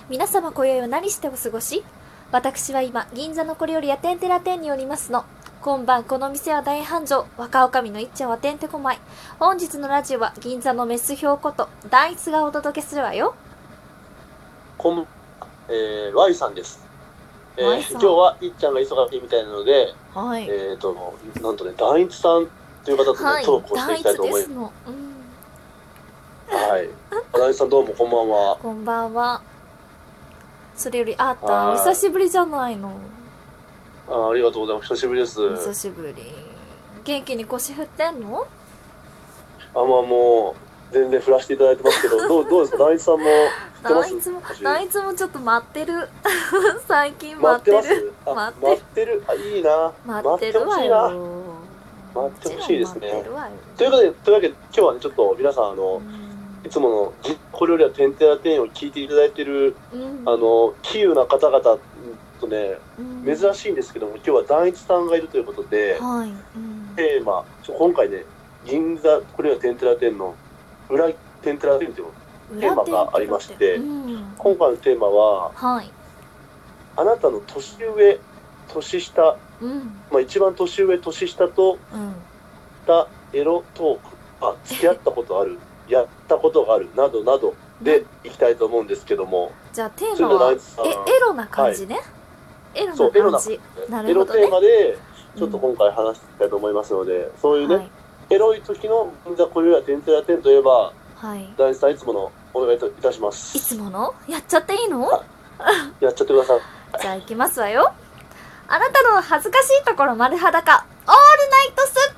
皆様今宵は何してお過ごし？私は今、銀座の小料理屋てんてら店におりますの。今晩この店は大繁盛。若女将のいっちゃんはてんてこまい。本日のラジオは銀座のメス表こと大津がお届けするわよ。 Y さんです。 Y さん今日はいっちゃんが忙しいみたいなので、 はい。 なんとね、大津さんという方とね、 はい、 トークをしていきたいと思います。 大津ですの。 はい。大津さんどうもこんばんは。 こんばんは。それよりあーたん、おはい久しぶりじゃないの。 ありがとうございます。久しぶりです。 お久しぶり。元気に腰振ってんの？ もう全然振らせていただいてますけど、どうですか、大津さんも振ってます大津もちょっと待ってる。最近待ってまする。 待ってる。いいな。 待ってるわよ。 待ってほしいですね。 待ってるわよ。 というわけで今日はね、ちょっと皆さんいつもの小料理屋てんてら店を聞いていただいてる、稀有な方々とね、珍しいんですけども、今日は大津さんがいるということで、 はい。 テーマ、今回ね、銀座小料理屋てんてら店の裏てんてら店というテーマがありまして、今回のテーマは、 はい。 あなたの年上、年下、一番年上、年下とたエロトーク、付き合ったことある、やったことがあるなどなどでいきたいと思うんですけども、 じゃあテーマはエロな感じね。エロな感じ。なるほどね。 エロテーマでちょっと今回話していきたいと思いますので、そういうね、エロい時の銀座小料理屋てんてら店といえば、大地さんいつものお願いいたします。 いつもの？やっちゃっていいの？ やっちゃってください。 じゃあ行きますわよ。あなたの恥ずかしいところ丸裸、オールナイトすっ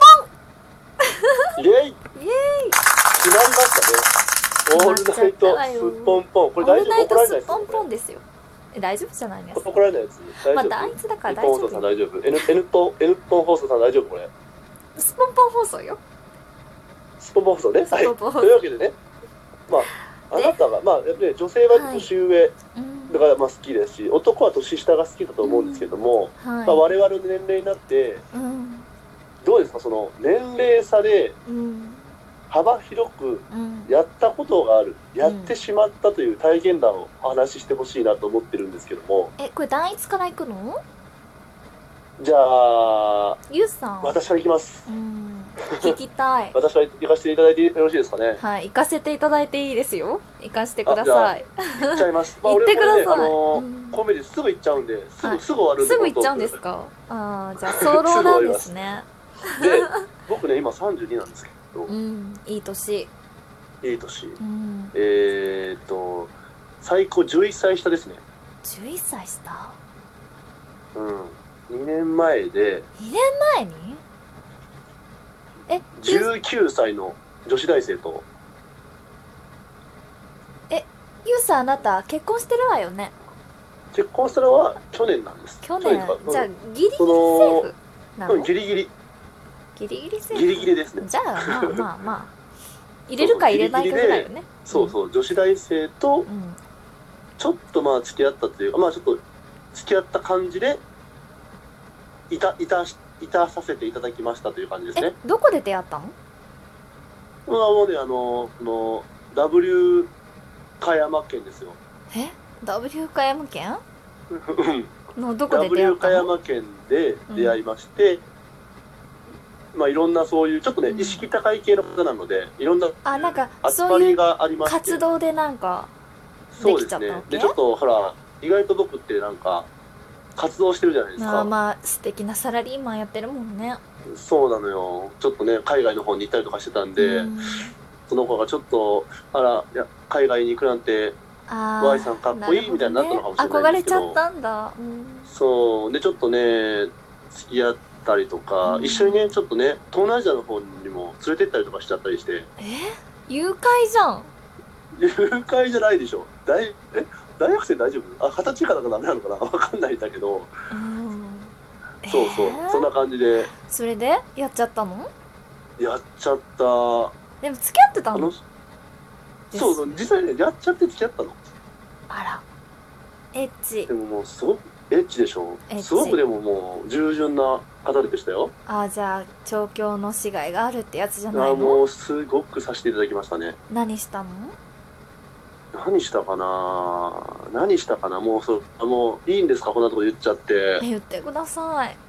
ぽんぽん。 イエイ。 イエーイ。 決まりましたね。オールナイトすっぽんぽん。これ大丈夫？怒られないですよ。 オールナイトすっぽんぽんですよ。大丈夫じゃないですか。 怒られないやつ。大丈夫。 大豆だから大丈夫。 N 放送さん大丈夫。N ポン放送さん大丈夫これ。 スポンポン放送よ。 スポンポン放送ね。はい。というわけでね、あなたが女性は年上だから好きですし、男は年下が好きだと思うんですけども、我々の年齢になってどうですか、その年齢差で幅広くやったことがある、やってしまったという体験談をお話ししてほしいなと思ってるんですけども。 これ第一から行くの？ じゃあゆうさん、 私から行きます。 聞きたい。 私は行かせていただいてよろしいですかね。 はい、行かせていただいていいですよ。行かせてください。 行っちゃいます。 行ってください。 コメディすぐ行っちゃうんで、すぐ終わるんで。 すぐ行っちゃうんですか？じゃあソロなんですね。 で、僕ね今32なんですけど。 いい年。 いい年。最高11歳下ですね。 11歳下。 2年前で。 2年前に 19歳の女子大生と。 ゆうさん、あなた結婚してるわよね。 結婚したのは去年なんです。 去年。じゃあギリギリセーフなの？ ギリギリセーフ。 ギリギリですね。 じゃあ入れるか入れないかぐらいよね。 そう女子大生とちょっと付き合ったというか、ちょっと付き合った感じでいたさせていただきましたという感じですね。 どこで出会ったの？ もうね、W 岡山県ですよ。 W 岡山県のどこで出会ったの？ W 岡山県で出会いまして、いろんなそういうちょっとね、意識高い系の方なので、いろんな集まりがありまして、 活動でなんかできちゃったわけ？でちょっとほら、意外と僕ってなんか活動してるじゃないですか。 素敵なサラリーマンやってるもんね。 そうなのよ。ちょっとね、海外の方に行ったりとかしてたんで、その子がちょっと海外に行くなんてY さんかっこいいみたいになったのかもしれないですけど、 憧れちゃったんだ。 そうでちょっとね付き合ったりとか、一緒にねちょっとね東南アジアの方にも連れてったりとかしちゃったりして。 誘拐じゃん。 誘拐じゃないでしょ。大学生大丈夫？20歳以下だからダメなのかな、わかんないんだけど。そうそんな感じで。 それでやっちゃったの？ やっちゃった。 でも付き合ってたの？ そう実際ね、やっちゃって付き合ったの。 あら、エッチ。 でももうすごくエッチでしょ。すごくでももう従順な方でしたよ。 じゃあ調教のしがいがあるってやつじゃないの？ もうすごくさせていただきましたね。 何したの？ 何したかなもういいんですか、こんなとこ言っちゃって。 言ってください。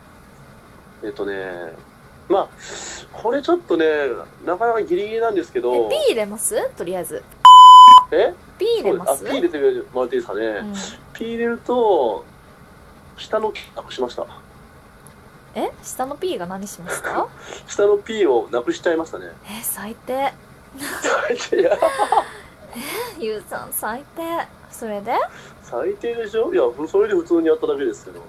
まあこれちょっとねなかなかギリギリなんですけど。 P 入れます？とりあえず P 入れます？ P 入れてもらっていいですかね。P 入れると下の P なくしました。 下の P が何しました？ 下の P をなくしちゃいましたね。 最低。 最低や。 ゆうさん最低。それで？ 最低でしょ。いやそれで普通にやっただけですけど。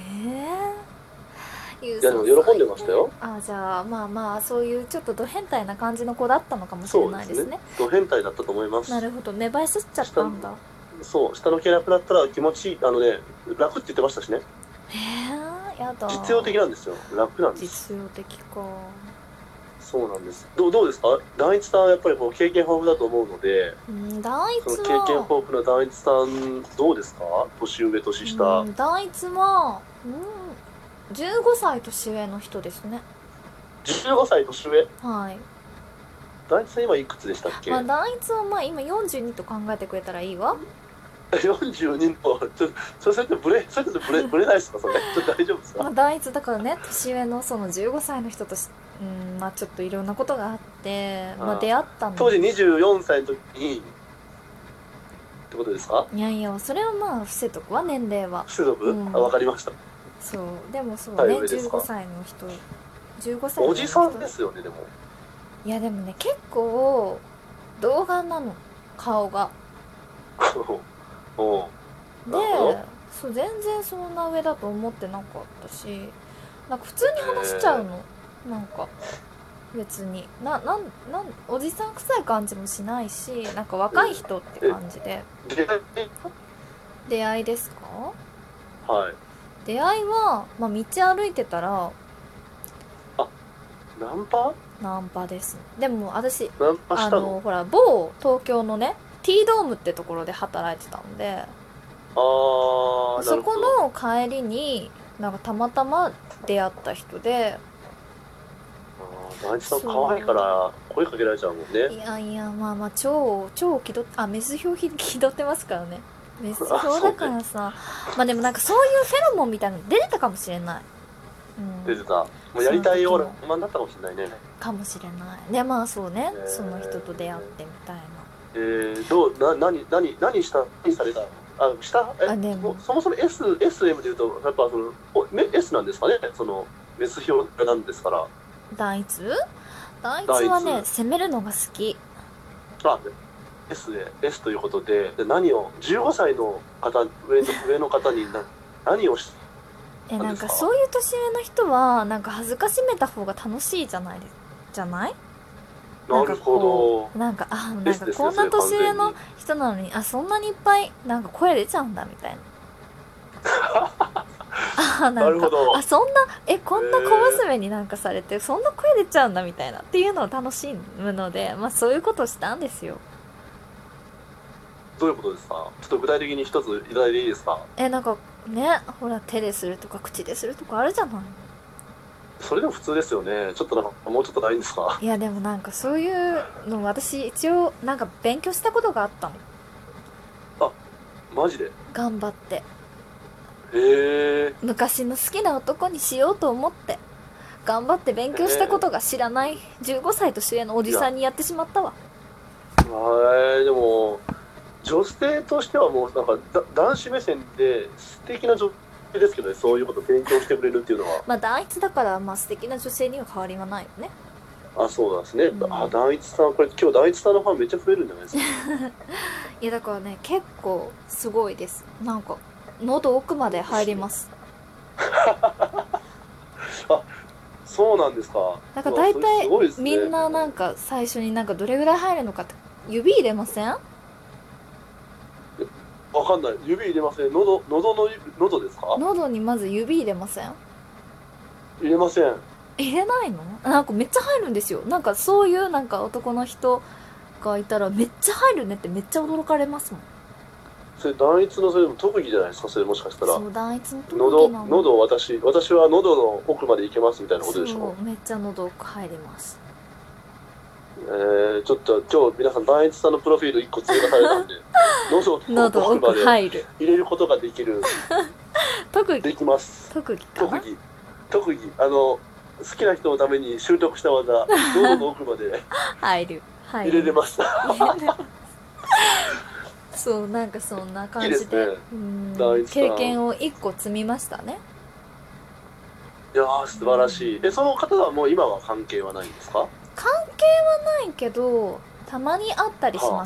ゆうさんいやでも喜んでましたよ。 じゃあまあそういうちょっとド変態な感じの子だったのかもしれないですね。 ド変態だったと思います。 なるほど、芽生えすっちゃったんだ。 そう下の毛なくなったら気持ちいい、楽って言ってましたしね。 やだ。 実用的なんですよ。楽なんです。 実用的か。 そうなんです。どうですか？団一さんはやっぱりこう経験豊富だと思うので、 団一はその経験豊富な団一さんどうですか？年上年下。 団一は15歳年上の人ですね。 15歳年上。 はい。 団一さん今いくつでしたっけ？ 団一は今42と考えてくれたらいいわ。 42のそれってブレないですか？それちょっと大丈夫ですか？ 団一だからね、年上のその15歳の人とちょっといろんなことがあって出会ったの。 当時24歳の時にってことですか？ いやそれは伏せとくわ、年齢は。 伏せとく？わかりました。 そうでもそうね、15歳の人、15歳の人おじさんですよね。でもいやでもね、結構童顔なの、顔が。でそう全然そんな上だと思ってなかったし、なんか普通に話しちゃうの。なんか別におじさん臭い感じもしないし、なんか若い人って感じで。出会いですか？ はい。 出会いは、道歩いてたら。ナンパです。でも私ほら某東京のね T ドームってところで働いてたんで、そこの帰りになんかたまたま出会った人で。 団一さん可愛いから声かけられちゃうもんね。 いや超気取ってメス標気取ってますからね。メス標だからさ。でもなんかそういうフェロモンみたいなの出てたかもしれない。 出てた。もうやりたいような不満だったかもしれないね。 かもしれない。でそうね、その人と出会ってみたいな。 何された？そもそも SM でいうとやっぱS なんですかね。そのメス標なんですから。団一はね、攻めるのが好き。 S ということで、何を15歳の方上の方に何をしてなんかそういう年上の人はなんか恥ずかしめた方が楽しいじゃない？ なるほど。 なんかこんな年上の人なのにそんなにいっぱいなんか声出ちゃうんだみたいな。 なるほど。 そんなこんな小娘になんかされてそんな声出ちゃうんだみたいなっていうのを楽しむので、そういうことをしたんですよ。 どういうことですか？ちょっと具体的に一ついただいていいですか？ なんかね、ほら手でするとか口でするとかあるじゃない。 それでも普通ですよね。ちょっともうちょっとないんですか？ いやでもなんかそういうの私一応なんか勉強したことがあったの。 マジで？ 頑張って。昔の好きな男にしようと思って頑張って勉強したことが知らない15歳年上のおじさんにやってしまったわ。 でも女性としてはもうなんか男子目線で素敵な女性ですけどね。そういうこと勉強してくれるっていうのは団一だから素敵な女性には変わりはないよね。 そうなんですね。団一さん、これ今日団一さんのファンめっちゃ増えるんじゃないですか？ いやだからね、結構すごいです。なんか喉奥まで入ります。 そうなんですか。 なんか大体みんななんか最初になんかどれぐらい入るのかって指入れません？ わかんない。指入れません。喉ですか？ 喉にまず指入れません？ 入れません。 入れないの？なんかめっちゃ入るんですよ。なんかそういうなんか男の人がいたらめっちゃ入るねってめっちゃ驚かれますもん。 それ団一のそれでも特技じゃないですか？それもしかしたら。 そう、団一の特技なの。 喉私は喉の奥まで行けますみたいなことでしょ？ そう、めっちゃ喉奥入ります。 ちょっと今日皆さん大地さんのプロフィール1個追加されたんで喉奥まで入れることができる特技できます。 特技かな。 特技好きな人のために習得した技喉の奥まで入れれましたそうなんかそんな感じで、 ね、 経験を1個積みましたね。 いやー素晴らしい。その方はもう今は関係はないんですか？ 関係はないけどたまに会ったりします。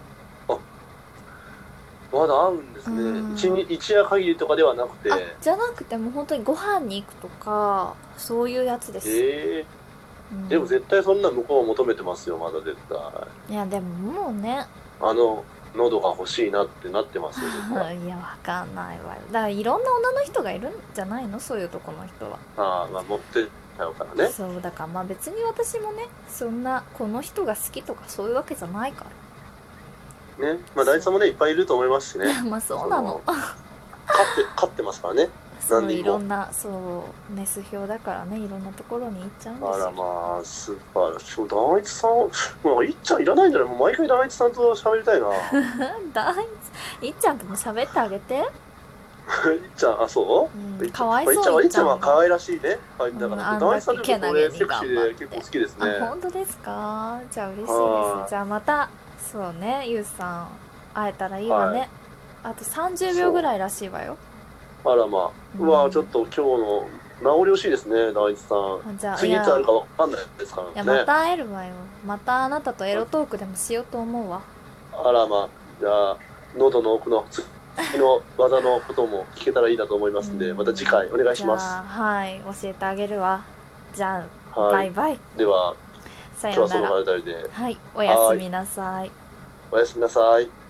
まだ会うんですね。一夜限りとかではなくて。 じゃなくても本当にご飯に行くとかそういうやつです。 でも絶対そんな向こう求めてますよ、まだ絶対。 いやでももうね、 喉が欲しいなってなってますよいやわかんないわよ。だからいろんな女の人がいるんじゃないの、そういうとこの人は。 まあ持ってちゃうからね。 そうだからまあ別に私もねそんなこの人が好きとかそういうわけじゃないからね。まあ大地さんもねいっぱいいると思いますしね。 まあそうなの。 勝ってますからね。 そういろんなそうメス票だからね、いろんなところに行っちゃうんですよ。 あらまあ素晴らしい。大地さんもういっちゃんいらないんじゃない？もう毎回大地さんと喋りたいな。 いっちゃんとも喋ってあげて。 いっちゃんそう？ かわいそう。 いっちゃんは可愛らしいね。だから大地さんってこれセクシーで結構好きですね。 本当ですか？じゃあ嬉しいです。じゃあまたそうね、ゆうさん会えたらいいわね。あと30秒ぐらいらしいわよ。 あらまあ、ちょっと今日の名残惜しいですね、大地さん。 じゃあ次いつあるかわかんないですからね。 いやまた会えるわよ。またあなたとエロトークでもしようと思うわ。 あらまあ、じゃあ喉の奥の次の技のことも聞けたらいいなと思いますんで、また次回お願いします。 はい、教えてあげるわ。じゃあ、バイバイ。 では、 さようなら。 今日はその辺りで。 はい、おやすみなさい。 おやすみなさい。